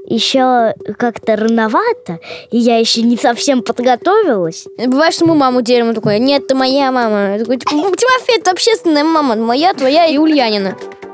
еще как-то рановато, и я еще не совсем подготовилась. Бывает, что мы маму делим, он такой: нет, это моя мама. Я такой: Тимофей, это общественная мама, моя, твоя и Ульянина.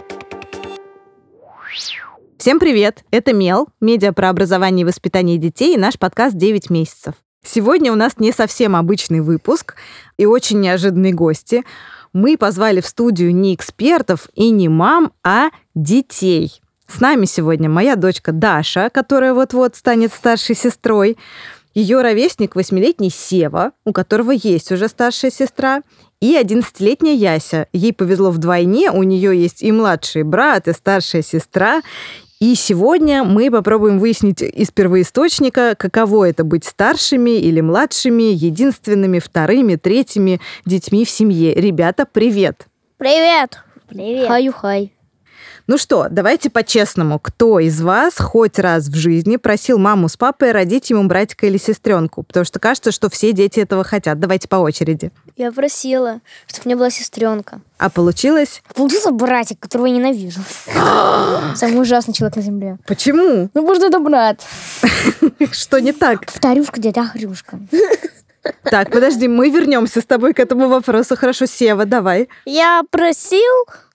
Всем привет! Это Мел, медиа про образование и воспитание детей, и наш подкаст «9 месяцев». Сегодня у нас не совсем обычный выпуск и очень неожиданные гости. Мы позвали в студию не экспертов и не мам, а детей. С нами сегодня моя дочка Даша, которая вот-вот станет старшей сестрой, ее ровесник 8-летний Сева, у которого есть уже старшая сестра, и 11-летняя Яся. Ей повезло вдвойне, у нее есть и младший брат, и старшая сестра. И сегодня мы попробуем выяснить из первоисточника, каково это быть старшими или младшими, единственными, вторыми, третьими детьми в семье. Ребята, привет! Привет! Привет. Хаю-хай. Ну что, давайте по-честному. Кто из вас хоть раз в жизни просил маму с папой родить ему братика или сестренку? Потому что кажется, что все дети этого хотят. Давайте по очереди. Я просила, чтобы у меня была сестренка. А получилось? Получился братик, которого я ненавижу. Самый ужасный человек на земле. Почему? Ну, может, это брат. Что не так? Вторюшка, дядя Хрюшка. Так, подожди, мы вернемся с тобой к этому вопросу. Хорошо, Сева, давай. Я просил,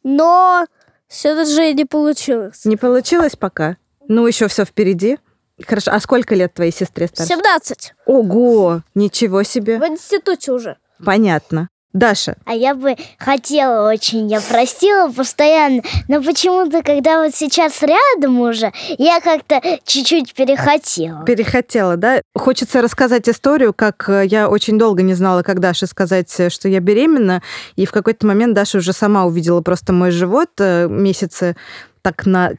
но все даже не получилось. Не получилось пока? Ну, еще все впереди. Хорошо, а сколько лет твоей сестре старше? 17. Ого, ничего себе. В институте уже. Понятно. Даша. А я бы хотела очень, я просила постоянно, но почему-то, когда вот сейчас рядом уже, я как-то чуть-чуть перехотела. Перехотела, да? Хочется рассказать историю, как я очень долго не знала, как Даше сказать, что я беременна, и в какой-то момент Даша уже сама увидела просто мой живот месяцы так на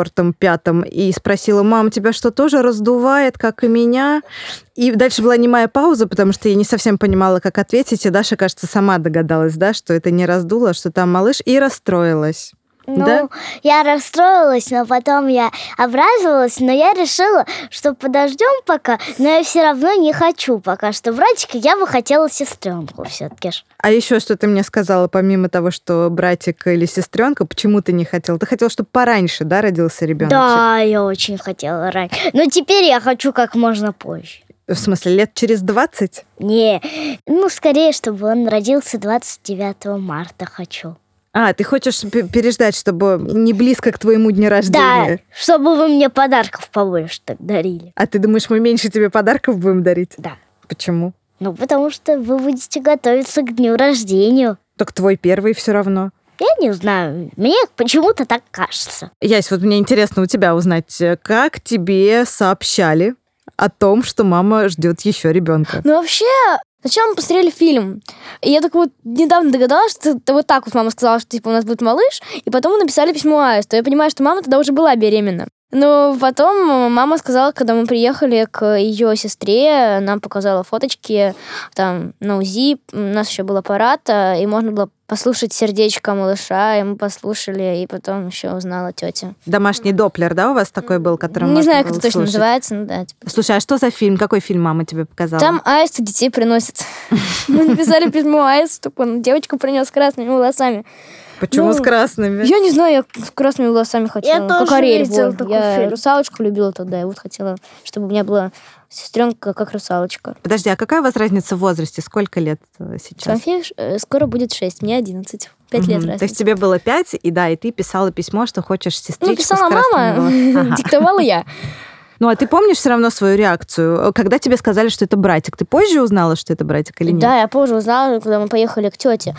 4-5, и спросила: мам, тебя что, тоже раздувает, как и меня? И дальше была немая пауза, потому что я не совсем понимала, как ответить, и Даша, кажется, сама догадалась, да, что это не раздуло, что там малыш, и расстроилась. Ну, да? Я расстроилась, но потом я обрадовалась, но я решила, что подождем пока, но я все равно не хочу пока что братика, я бы хотела сестренку все-таки. А еще что ты мне сказала, помимо того, что братик или сестренка, почему ты не хотела? Ты хотела, чтобы пораньше, да, родился ребенок? Да, я очень хотела раньше, но теперь я хочу как можно позже. В смысле, лет через 20? Не, скорее, чтобы он родился 29 марта хочу. А, ты хочешь переждать, чтобы не близко к твоему дню рождения? Да, чтобы вы мне подарков побольше так дарили. А ты думаешь, мы меньше тебе подарков будем дарить? Да. Почему? Потому что вы будете готовиться к дню рождения. Так твой первый все равно. Я не знаю, мне почему-то так кажется. Ясь, вот мне интересно у тебя узнать, как тебе сообщали о том, что мама ждет еще ребенка? Ну, вообще, сначала мы посмотрели фильм. И я так вот недавно догадалась, что это вот так вот мама сказала, что типа у нас будет малыш, и потом мы написали письмо Аисту. Я понимаю, что мама тогда уже была беременна. Но потом мама сказала, когда мы приехали к ее сестре, нам показала фоточки там на УЗИ, у нас еще был аппарат, и можно было послушать сердечко малыша, и мы послушали, и потом еще узнала тетя. Домашний доплер, да, у вас такой был, которым Не можно знаю, было как это точно слушать? называется, ну да. Типа. Слушай, а что за фильм? Какой фильм мама тебе показала? Там Аист детей приносит. Мы написали письмо Аисту, он девочку принес с красными волосами. Почему с красными? Я не знаю, я с красными волосами хотела. Я тоже как Ариэль. видела Вот. такой Я фильм. русалочку любила тогда, и вот хотела, чтобы у меня была сестренка как русалочка. Подожди, а какая у вас разница в возрасте? Сколько лет сейчас? Тимофею скоро будет 6, мне 11. 5 лет разница. То есть тебе было 5, и ты писала письмо, что хочешь сестричку Писала с красными волосами. мама, Ага. диктовала я. Ну, а ты помнишь все равно свою реакцию? Когда тебе сказали, что это братик, ты позже узнала, что это братик или нет? Да, я позже узнала, когда мы поехали к тете.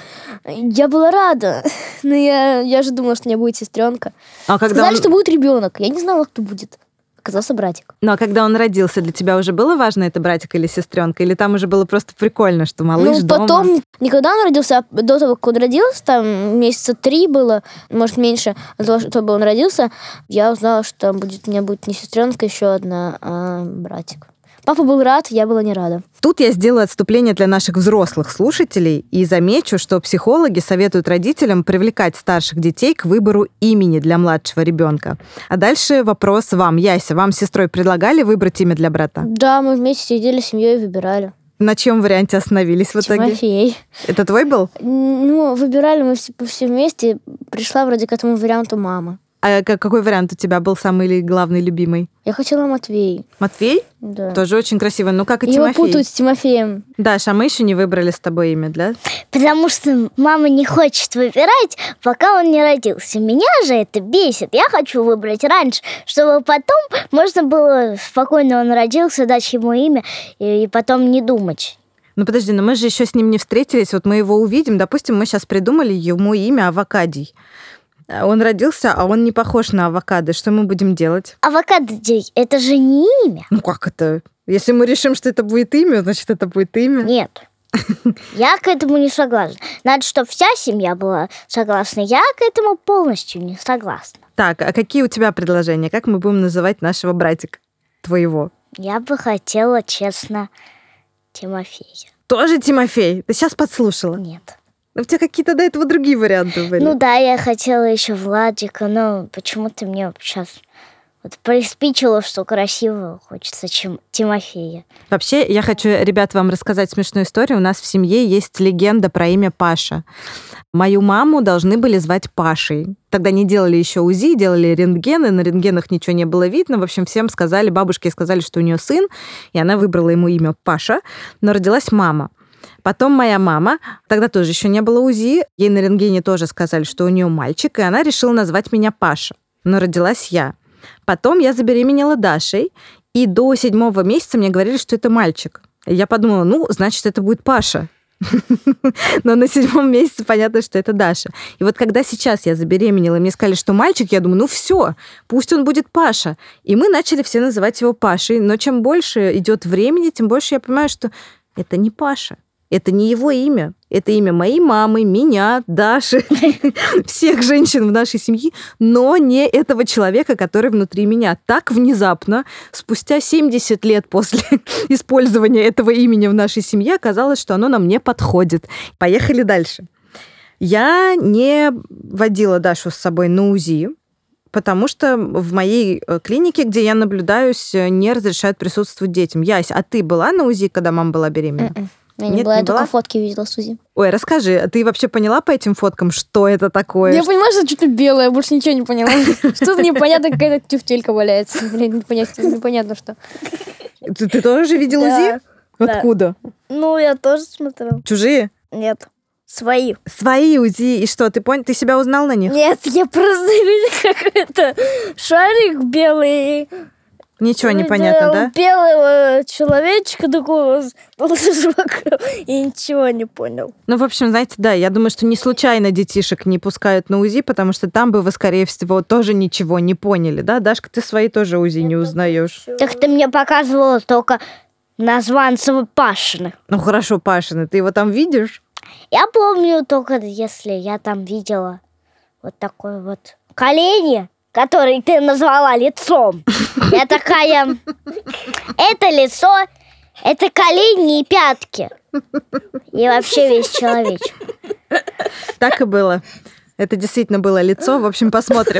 Я была рада, но я же думала, что у меня будет сестренка. А когда Сказали, он... что будет ребенок. Я не знала, кто будет. Оказался братик. Ну, а когда он родился, для тебя уже было важно, это братик или сестренка? Или там уже было просто прикольно, что малыш дома? Потом, не когда он родился, а до того, как он родился, там месяца 3 было, может, меньше, от того, чтобы он родился, я узнала, что у меня будет не сестренка еще одна, а братик. Папа был рад, я была не рада. Тут я сделаю отступление для наших взрослых слушателей и замечу, что психологи советуют родителям привлекать старших детей к выбору имени для младшего ребенка. А дальше вопрос вам. Яся, вам с сестрой предлагали выбрать имя для брата? Да, мы вместе сидели с семьей и выбирали. На чем варианте остановились в итоге? Тимофей. Это твой был? Выбирали мы все вместе. Пришла вроде к этому варианту мама. А какой вариант у тебя был самый главный, любимый? Я хотела Матвей. Матвей? Да. Тоже очень красиво. Ну, как и Его Тимофей. путают с Тимофеем. Даша, а мы еще не выбрали с тобой имя, да? Потому что мама не хочет выбирать, пока он не родился. Меня же это бесит. Я хочу выбрать раньше, чтобы потом можно было спокойно, он родился, дать ему имя и потом не думать. Ну, подожди, но мы же еще с ним не встретились. Вот мы его увидим. Допустим, мы сейчас придумали ему имя Авокадий. Он родился, а он не похож на авокадо. Что мы будем делать? Авокадий — это же не имя. Ну, как это? Если мы решим, что это будет имя, значит, это будет имя. Нет. Я к этому не согласна. Надо, чтобы вся семья была согласна. Я к этому полностью не согласна. Так, а какие у тебя предложения? Как мы будем называть нашего братика твоего? Я бы хотела, честно, Тимофея. Тоже Тимофей? Ты сейчас подслушала? Нет. У тебя какие-то до этого другие варианты были. Ну да, я хотела еще Владика, но почему-то мне сейчас вот приспичило, что красиво хочется Тимофея. Вообще, я хочу, ребят, вам рассказать смешную историю. У нас в семье есть легенда про имя Паша. Мою маму должны были звать Пашей. Тогда не делали еще УЗИ, делали рентгены, на рентгенах ничего не было видно. В общем, всем сказали, бабушке сказали, что у нее сын, и она выбрала ему имя Паша, но родилась мама. Потом моя мама, тогда тоже еще не было УЗИ, ей на рентгене тоже сказали, что у нее мальчик, и она решила назвать меня Паша, но родилась я. Потом я забеременела Дашей, и до 7-го месяца мне говорили, что это мальчик. И я подумала, ну, значит, это будет Паша. Но на 7-м месяце понятно, что это Даша. И вот когда сейчас я забеременела, и мне сказали, что мальчик, я думаю, ну все, пусть он будет Паша. И мы начали все называть его Пашей, но чем больше идет времени, тем больше я понимаю, что это не Паша. Это не его имя. Это имя моей мамы, меня, Даши, всех женщин в нашей семье, но не этого человека, который внутри меня. Так внезапно, спустя 70 лет после использования этого имени в нашей семье, оказалось, что оно нам не подходит. Поехали дальше. Я не водила Дашу с собой на УЗИ, потому что в моей клинике, где я наблюдаюсь, не разрешают присутствовать детям. Ясь, а ты была на УЗИ, когда мама была беременна? Я не была, я только фотки видела с УЗИ. Ой, расскажи, а ты вообще поняла по этим фоткам, что это такое? Я поняла, что что-то белое, больше ничего не поняла. Что-то непонятно, какая-то тюфтелька валяется. Блин, непонятно что. Ты тоже видел УЗИ? Откуда? Ну, я тоже смотрела. Чужие? Нет, свои. Свои УЗИ. И что, ты понял? Ты себя узнал на них? Нет, я просто видела, как это шарик белый. Ничего не понятно, да? Белого человечка такого и ничего не понял. Ну, в общем, знаете, да, я думаю, что не случайно детишек не пускают на УЗИ, потому что там бы вы, скорее всего, тоже ничего не поняли, да? Дашка, ты свои тоже УЗИ не узнаешь. Так ты мне показывала только названцева Пашины. Ну, хорошо, Пашины, ты его там видишь? Я помню только, если я там видела вот такой вот колени, который ты назвала лицом. Я такая, это лицо, это колени и пятки. И вообще весь человечек. Так и было. Это действительно было лицо. В общем, посмотрим.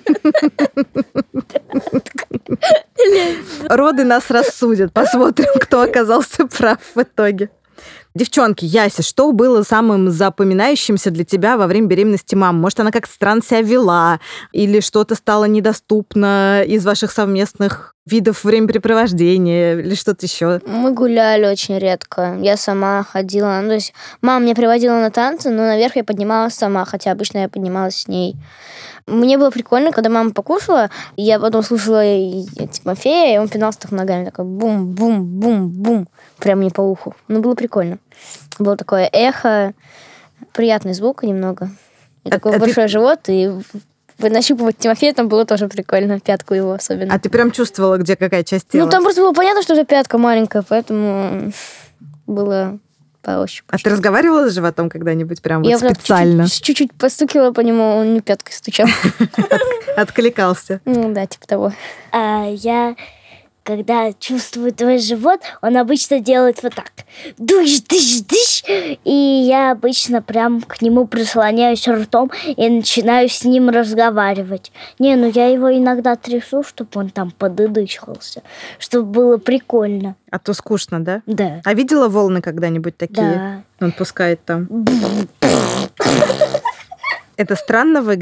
Роды нас рассудят. Посмотрим, кто оказался прав в итоге. Девчонки, Яся, что было самым запоминающимся для тебя во время беременности мамы? Может, она как-то странно себя вела? Или что-то стало недоступно из ваших совместных видов времяпрепровождения? Или что-то еще? Мы гуляли очень редко. Я сама ходила. Ну, то есть мама меня приводила на танцы, но наверх я поднималась сама, хотя обычно я поднималась с ней. Мне было прикольно, когда мама покушала, и я потом слушала Тимофея, и он пинался так ногами, такой бум-бум-бум-бум, прям мне по уху. Ну, было прикольно. Было такое эхо, приятный звук немного. И такой большой живот, и нащупывать Тимофея там было тоже прикольно, пятку его особенно. А ты прям чувствовала, где какая часть тела? Ну, там просто было понятно, что это пятка маленькая, поэтому было по ощупи. А ты разговаривала с животом когда-нибудь прям я вот специально? Чуть-чуть постукивала по нему, он мне пяткой стучал. Откликался. Ну да, типа того. Я, когда чувствую твой живот, он обычно делает вот так. Дыш-дыш-дыш. И я обычно прям к нему прислоняюсь ртом и начинаю с ним разговаривать. Не, ну я его иногда трясу, чтобы он там подыдычивался, чтобы было прикольно. А то скучно, да? Да. А видела волны когда-нибудь такие? Да. Он пускает там. Это странно выглядит?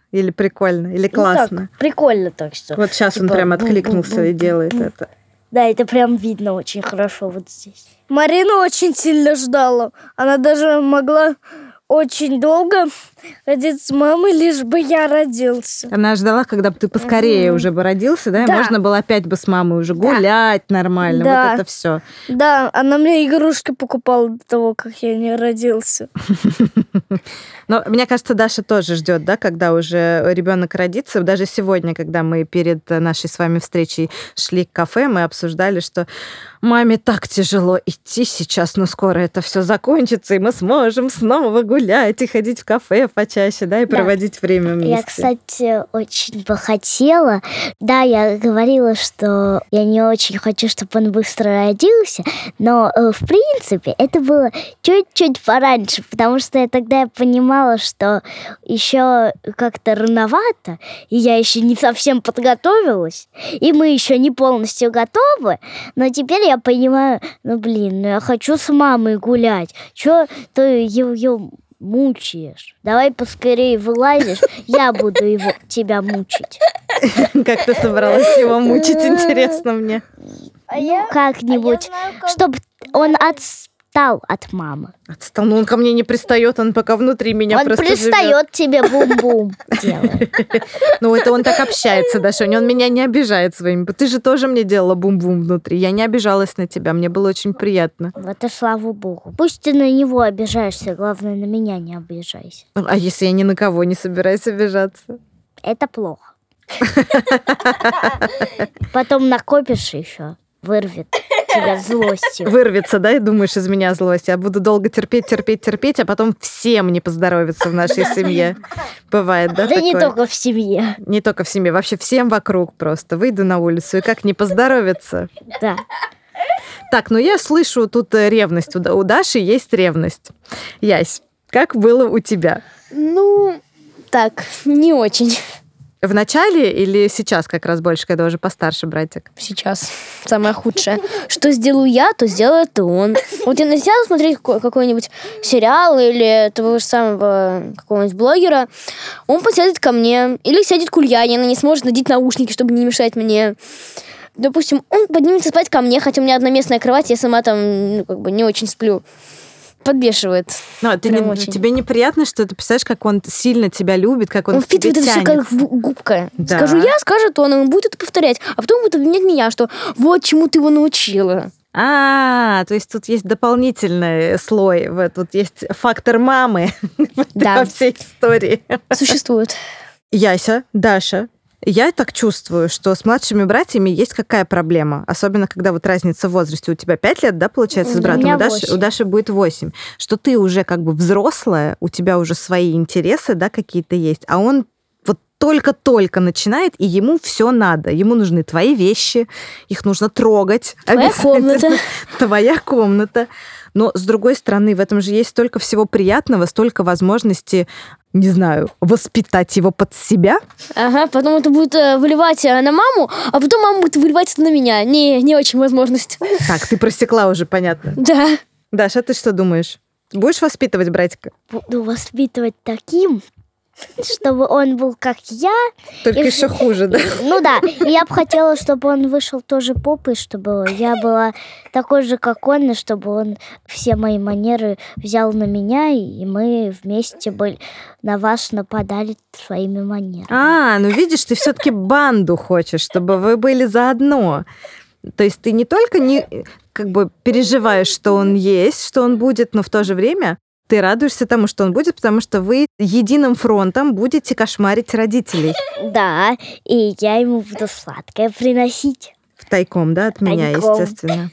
Или прикольно? Или Ну, классно? так, прикольно так что. Вот сейчас он Типа, прям откликнулся и делает это. Да, это прям видно очень хорошо вот здесь. Марина очень сильно ждала. Она даже могла очень долго ходить с мамой, лишь бы я родился. Она ждала, когда бы ты поскорее уже бы родился, да, и Да. можно было опять бы с мамой уже гулять нормально, Да. вот это все. Да, она мне игрушки покупала до того, как я не родился. Но мне кажется, Даша тоже ждет, да, когда уже ребенок родится. Даже сегодня, когда мы перед нашей с вами встречей шли к кафе, мы обсуждали, что маме так тяжело идти сейчас, но скоро это все закончится, и мы сможем снова гулять и ходить в кафе почаще, да, и проводить время вместе. Я, кстати, очень бы хотела. Да, я говорила, что я не очень хочу, чтобы он быстро родился, но, в принципе, это было чуть-чуть пораньше, потому что я понимала, что еще как-то рановато, и я еще не совсем подготовилась, и мы еще не полностью готовы, но теперь я понимаю, я хочу с мамой гулять. Чё ты ее мучаешь? Давай поскорее вылазишь, я буду тебя мучить. Как ты собралась его мучить, интересно мне. Как-нибудь, чтобы он отстал от мамы. Отстал, но он ко мне не пристает, он пока внутри меня Он просто живет. пристает тебе бум-бум делает. Ну, это он так общается, Дашунь, он меня не обижает своими. Ты же тоже мне делала бум-бум внутри. Я не обижалась на тебя, мне было очень приятно. Вот и слава богу. Пусть ты на него обижаешься, главное, на меня не обижайся. А если я ни на кого не собираюсь обижаться? Это плохо. Потом накопишь еще, вырвет тебя злостью. Вырвется, да, и думаешь, из меня злость. Я буду долго терпеть, а потом всем не поздоровится в нашей семье. Бывает, да, Да такое? не только в семье. Не только в семье, вообще всем вокруг просто. Выйду на улицу, и как не поздоровиться? Да. Так, ну я слышу тут ревность. У Даши есть ревность. Ясь, как было у тебя? Ну, так, не очень. В начале или сейчас как раз больше, когда уже постарше братик? Сейчас самое худшее. Что сделаю я, то сделает и он. Вот я сяду смотреть какой-нибудь сериал или того же самого какого-нибудь блогера, он подсядет ко мне. Или сядет к Ульяне, она не сможет надеть наушники, чтобы не мешать мне. Допустим, он поднимется спать ко мне, хотя у меня одноместная кровать, я сама там не очень сплю. Подбешивает. Но тебе неприятно, что ты представляешь, как он сильно тебя любит, как он к тебе впитывает это все тянется? как губка. Да. Скажу я, скажет он будет это повторять. А потом будет обвинять меня, что вот чему ты его научила. То есть тут есть дополнительный слой, тут есть фактор мамы Да. во всей истории. Существует. Яся, Даша, я так чувствую, что с младшими братьями есть какая проблема, особенно когда вот разница в возрасте. У тебя 5 лет, да, получается, с У братом? меня У Даши будет 8. Что ты уже как бы взрослая, у тебя уже свои интересы, да, какие-то есть, а он вот только-только начинает, и ему все надо. Ему нужны твои вещи, их нужно трогать. Твоя комната. Твоя комната. Но, с другой стороны, в этом же есть столько всего приятного, столько возможностей, не знаю, воспитать его под себя. Ага, потом это будет выливать на маму, а потом мама будет выливать это на меня. Не очень возможность. Так, ты просекла уже, понятно. Да. Даша, ты что думаешь? Будешь воспитывать братика? Буду воспитывать таким, чтобы он был как я. Только И еще хуже, да? Ну да, и я бы хотела, чтобы он вышел тоже попой, чтобы я была такой же, как он, и чтобы он все мои манеры взял на меня, и мы вместе на вас нападали своими манерами. Ну видишь, ты все-таки банду хочешь, чтобы вы были заодно. То есть ты не только как бы переживаешь, что он есть, что он будет, но в то же время ты радуешься тому, что он будет, потому что вы единым фронтом будете кошмарить родителей. Да, и я ему буду сладкое приносить. Втайком, да, от меня, Тайком. естественно.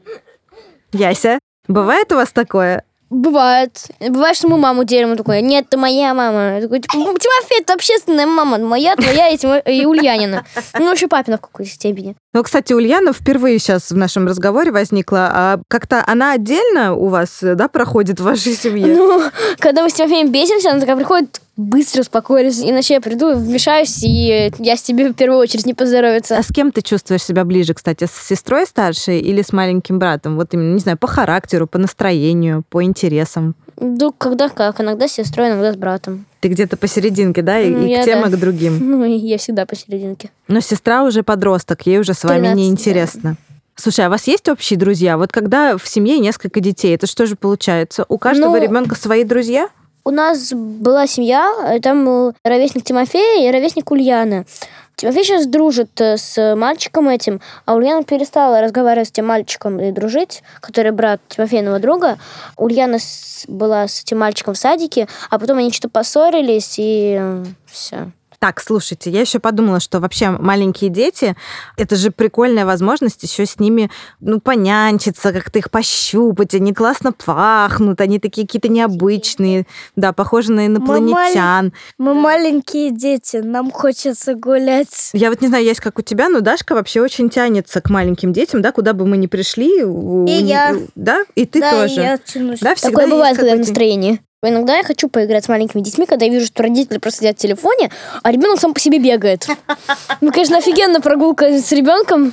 Яся, бывает у вас такое? Бывает. Бывает, что мы маму делим. Он такой, нет, это моя мама. Я такой, Тимофей, это общественная мама. Моя, твоя и Ульянина. Ну, еще папина в какой-то степени. Ну, кстати, Ульяна впервые сейчас в нашем разговоре возникла. А как-то она отдельно у вас, да, проходит в вашей семье? Ну, когда мы с Тимофеем бесимся, она такая приходит, быстро успокоилась, иначе я приду, вмешаюсь, и я с тебе в первую очередь не поздоровится. А с кем ты чувствуешь себя ближе, кстати? С сестрой старшей или с маленьким братом? Вот именно, не знаю, по характеру, по настроению, по интересам. Ну, когда как. Иногда с сестрой, иногда с братом. Ты где-то посерединке, да, и Я к тем, да. и к другим. Ну, и я всегда посерединке. Но сестра уже подросток, ей уже с вами 13, неинтересно. Слушай, а у вас есть общие друзья? Вот когда в семье несколько детей, это что же получается? У каждого Ну, ребенка свои друзья? У нас была семья, и там был ровесник Тимофея и ровесник Ульяны. Тимофей сейчас дружит с мальчиком этим, а Ульяна перестала разговаривать с тем мальчиком и дружить, который брат Тимофеиного друга. Ульяна была с этим мальчиком в садике, а потом они что-то поссорились, и все. Так, слушайте, я еще подумала, что вообще маленькие дети, это же прикольная возможность еще с ними, понянчиться, как-то их пощупать, они классно пахнут, они такие какие-то необычные, да, похожи на инопланетян. Мы маленькие дети, нам хочется гулять. Я вот не знаю, есть как у тебя, но Дашка вообще очень тянется к маленьким детям, да, куда бы мы ни пришли. я. Да, и ты Да, тоже. и я тянусь. Да, всегда Такое есть бывает, когда я в какой-то- настроении. Иногда я хочу поиграть с маленькими детьми, когда я вижу, что родители просто сидят в телефоне, а ребенок сам по себе бегает. Ну, конечно, офигенная прогулка с ребенком.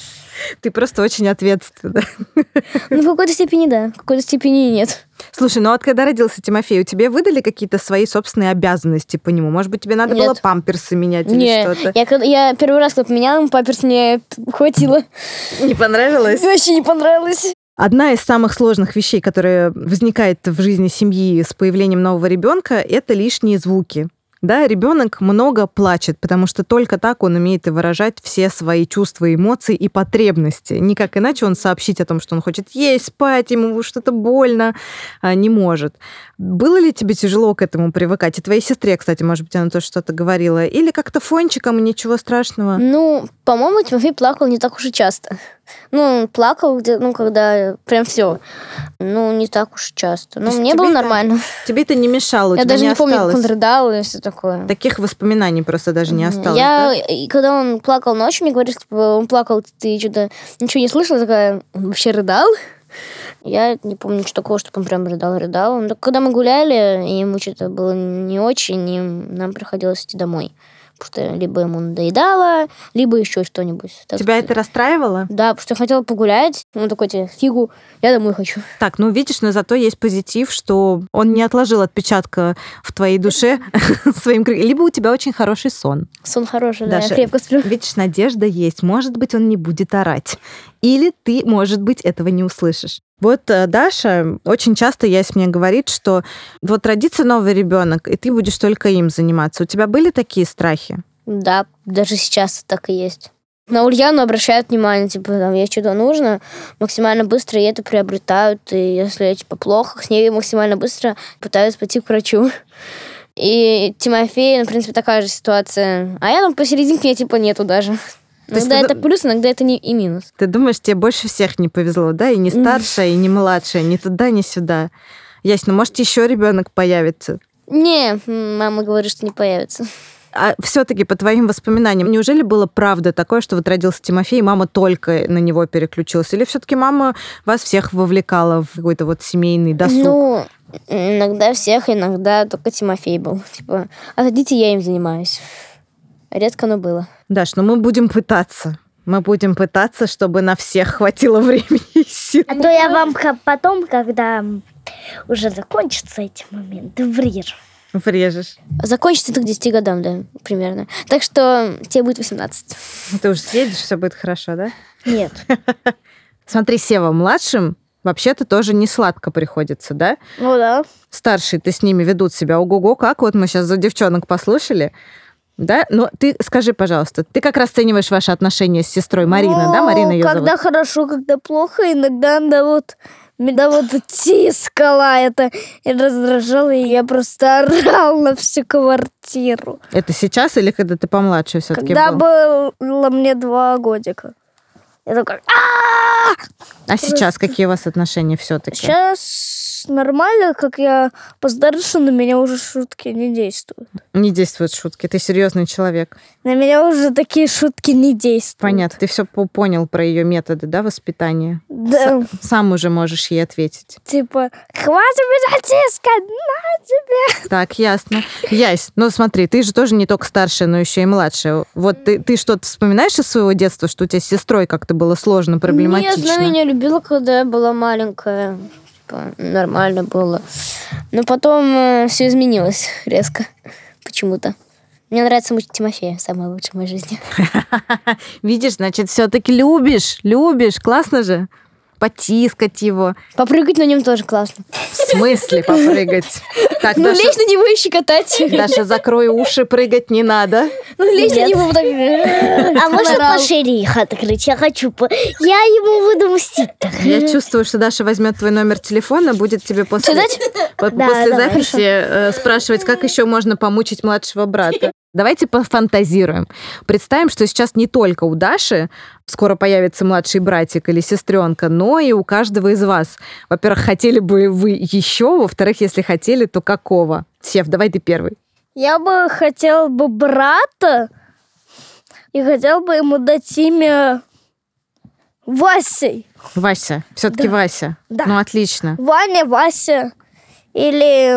Ты просто очень ответственна. Ну, в какой-то степени да, в какой-то степени нет. Слушай, ну вот когда родился Тимофей, у тебя выдали какие-то свои собственные обязанности по нему? Может быть, тебе надо Нет. было памперсы менять или Не, что-то? я первый раз, когда поменяла, памперс мне хватило. Не понравилось? Вообще не понравилось. Одна из самых сложных вещей, которая возникает в жизни семьи с появлением нового ребенка, это лишние звуки. Да, ребенок много плачет, потому что только так он умеет и выражать все свои чувства, эмоции и потребности. Никак иначе он сообщить о том, что он хочет есть, спать, ему что-то больно, не может. Было ли тебе тяжело к этому привыкать? И твоей сестре, кстати, может быть, она тоже что-то говорила. Или как-то фончиком, и ничего страшного? Ну, по-моему, Тимофей плакал не так уж и часто. Ну, он плакал, когда прям все. Ну, не так уж и часто. Ну, есть мне тебе было это нормально. Тебе это не мешало, у Я тебя даже не помню, как осталось? он рыдал и все такое. Таких воспоминаний просто даже не осталось, да? И когда он плакал ночью, мне говорят, типа, он плакал, ты что-то ничего не слышала, такая, он вообще рыдал? Я не помню ничего такого, чтобы он прям рыдал. Но когда мы гуляли, и ему что-то было не очень, и нам приходилось идти домой. Потому что либо ему надоедало, либо еще что-нибудь. Так Тебя что- это расстраивало? Да, потому что я хотела погулять. Он такой, тебе фигу, я домой хочу. Так, ну видишь, но зато есть позитив, что он не отложил отпечатка в твоей душе своим криком. Либо у тебя очень хороший сон. Сон хороший, да, я Даша, крепко сплю. видишь, надежда есть. Может быть, он не будет орать. Или ты, может быть, этого не услышишь. Вот Даша очень часто мне говорит, что вот родится новый ребенок, и ты будешь только им заниматься. У тебя были такие страхи? Да, даже сейчас так и есть. На Ульяну обращают внимание, типа, там, ей что-то нужно, максимально быстро ей это приобретают, и если, типа, плохо, с ней максимально быстро пытаются пойти к врачу. И Тимофей, в принципе, такая же ситуация. А я там посерединке, я, типа, нету даже. То есть Иногда ты- это плюс, иногда это не и минус. Ты думаешь, тебе больше всех не повезло, да? И не старшая, и не младшая, ни туда, ни сюда. Ясно, может, еще ребенок появится. Не, мама говорит, что не появится. А все-таки по твоим воспоминаниям, неужели было правда такое, что вот родился Тимофей, и мама только на него переключилась? Или все-таки мама вас всех вовлекала в какой-то вот семейный досуг? Ну, иногда всех, иногда только Тимофей был. Типа, а дети я им занимаюсь. Редко, но было. Даш, ну мы будем пытаться. Мы будем пытаться, чтобы на всех хватило времени и сил. А то я вам потом, когда уже закончатся эти моменты, врежу. Врежешь. Закончится это к 10 годам, да, примерно. Так что тебе будет 18. Ты уже съедешь, все будет хорошо, да? Нет. Смотри, Сева, младшим вообще-то тоже не сладко приходится, да? Ну да. Старшие-то с ними ведут себя ого-го, как вот мы сейчас за девчонок послушали. Да? Но ты скажи, пожалуйста, ты как расцениваешь ваши отношения с сестрой Марина, да? Марина ее зовут? Когда хорошо, когда плохо, иногда она вот меня вот тискала это и раздражала, и я просто орал на всю квартиру. Это сейчас или когда ты помладше все-таки Когда был? было мне 2 годика. Я такая, А сейчас какие у вас отношения все-таки? сейчас нормально, как я постарше, на меня уже шутки не действуют. Не действуют шутки. Ты серьезный человек. На меня уже такие шутки не действуют. Понятно. Ты все понял про ее методы, да, воспитания? Да, Сам уже можешь ей ответить. типа, хватит меня тискать, на тебе. Так, ясно. Ясь, ну смотри, ты же тоже не только старшая, но еще и младшая. Вот ты что-то вспоминаешь из своего детства, что у тебя с сестрой как-то было сложно, проблематично? Нет, она меня любила, когда я была маленькая. типа, нормально было. Но потом все изменилось резко почему-то. Мне нравится муж Тимофея, самый лучший в моей жизни. Видишь, значит, все-таки любишь, классно же. Потискать его. Попрыгать на нем тоже классно. В смысле попрыгать? Так, Ну, лечь на него и щекотать. Даша, закрой уши, прыгать не надо. Ну, лечь на него вот так. А можно пошире их открыть? Я хочу... Я ему буду мстить. Я чувствую, что Даша возьмет твой номер телефона, будет тебе после Читать? после давай, записи спрашивать, как еще можно помучить младшего брата. Давайте пофантазируем. Представим, что сейчас не только у Даши скоро появится младший братик или сестренка, но и у каждого из вас. Во-первых, хотели бы вы еще? Во-вторых, если хотели, то какого? Сев, давай ты первый. Я бы хотел бы брата и хотел бы ему дать имя Васей. Вася. Все-таки Вася. Да. Ну, отлично. Ваня, Вася или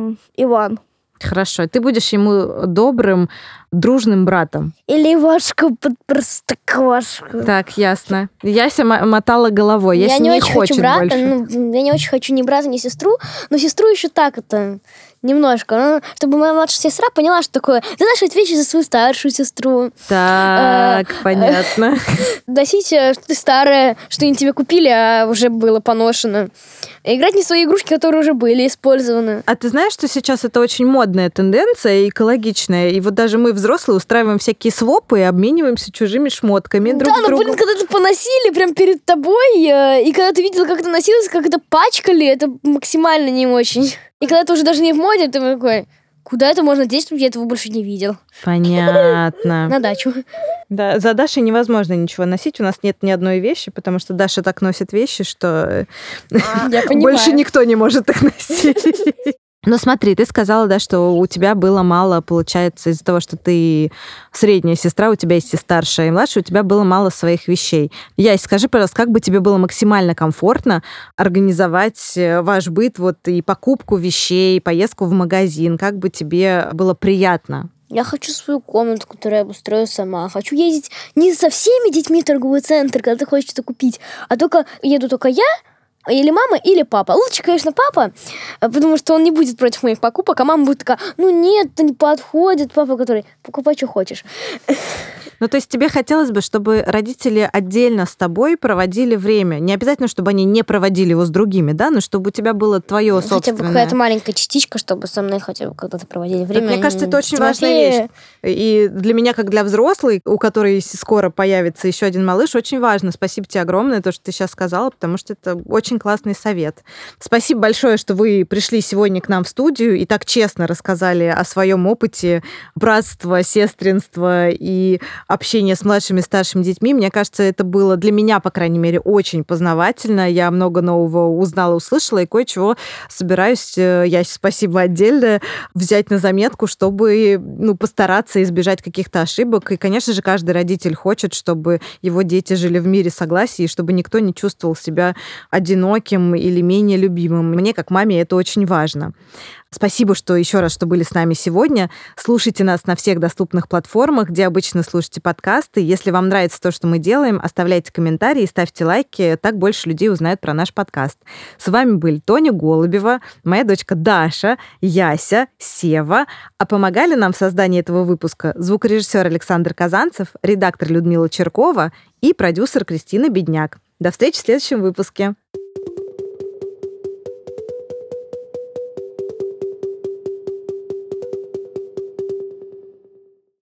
Иван. Хорошо. Ты будешь ему добрым, дружным братом. Или Ивашка под Простоквашку. Так, ясно. Яся мотала головой. Я Яся не не очень хочу хочет брата, больше. я не очень хочу ни брата, ни сестру, но сестру еще так это немножко. Ну, чтобы моя младшая сестра поняла, что такое. Ты знаешь, отвечай за свою старшую сестру. Так, понятно. Носить, что ты старая, что они тебе купили, а уже было поношено. Играть не в свои игрушки, которые уже были использованы. А ты знаешь, что сейчас это очень модная тенденция, экологичная, и вот даже мы, взрослые, устраиваем всякие свопы и обмениваемся чужими шмотками друг Да, с но, другом. блин, когда это поносили прям перед тобой, и когда ты видела, как это носилось, как это пачкали, это максимально не очень. И когда это уже даже не в моде, ты такой, куда это можно деть, чтобы я этого больше не видел? Понятно. На дачу. Да, за Дашей невозможно ничего носить. У нас нет ни одной вещи, потому что Даша так носит вещи, что Я понимаю. больше никто не может их носить. Но смотри, ты сказала, да, что у тебя было мало, получается, из-за того, что ты средняя сестра, у тебя есть и старшая, и младшая, у тебя было мало своих вещей. Ясь, скажи, пожалуйста, как бы тебе было максимально комфортно организовать ваш быт, вот и покупку вещей, поездку в магазин, как бы тебе было приятно? Я хочу свою комнату, которую я обустрою сама. Хочу ездить не со всеми детьми в торговый центр, когда ты хочешь что-то купить, а еду только я, или мама, или папа. Лучше, конечно, папа, потому что он не будет против моих покупок, а мама будет такая, ну нет, это не подходит. Папа, который, покупай, что хочешь. Ну, то есть тебе хотелось бы, чтобы родители отдельно с тобой проводили время. Не обязательно, чтобы они не проводили его с другими, да, но чтобы у тебя было твое Хотя бы собственное. какая-то маленькая частичка, чтобы со мной хотя бы когда-то проводили время. Мне кажется, это очень Тимофея- важная вещь. И для меня, как для взрослой, у которой скоро появится еще один малыш, очень важно. Спасибо тебе огромное, то, что ты сейчас сказала, потому что это очень классный совет. Спасибо большое, что вы пришли сегодня к нам в студию и так честно рассказали о своем опыте братства, сестринства и общения с младшими и старшими детьми. Мне кажется, это было для меня, по крайней мере, очень познавательно. Я много нового узнала, услышала, и кое-чего собираюсь, Ясь, спасибо отдельно, взять на заметку, чтобы постараться избежать каких-то ошибок. И, конечно же, каждый родитель хочет, чтобы его дети жили в мире согласия, и чтобы никто не чувствовал себя одиноким или менее любимым. Мне, как маме, это очень важно. Спасибо, что еще раз, что были с нами сегодня. Слушайте нас на всех доступных платформах, где обычно слушаете подкасты. Если вам нравится то, что мы делаем, оставляйте комментарии, ставьте лайки, так больше людей узнают про наш подкаст. С вами были Тоня Голубева, моя дочка Даша, Яся, Сева. А помогали нам в создании этого выпуска звукорежиссер Александр Казанцев, редактор Людмила Черкова и продюсер Кристина Бедняк. До встречи в следующем выпуске.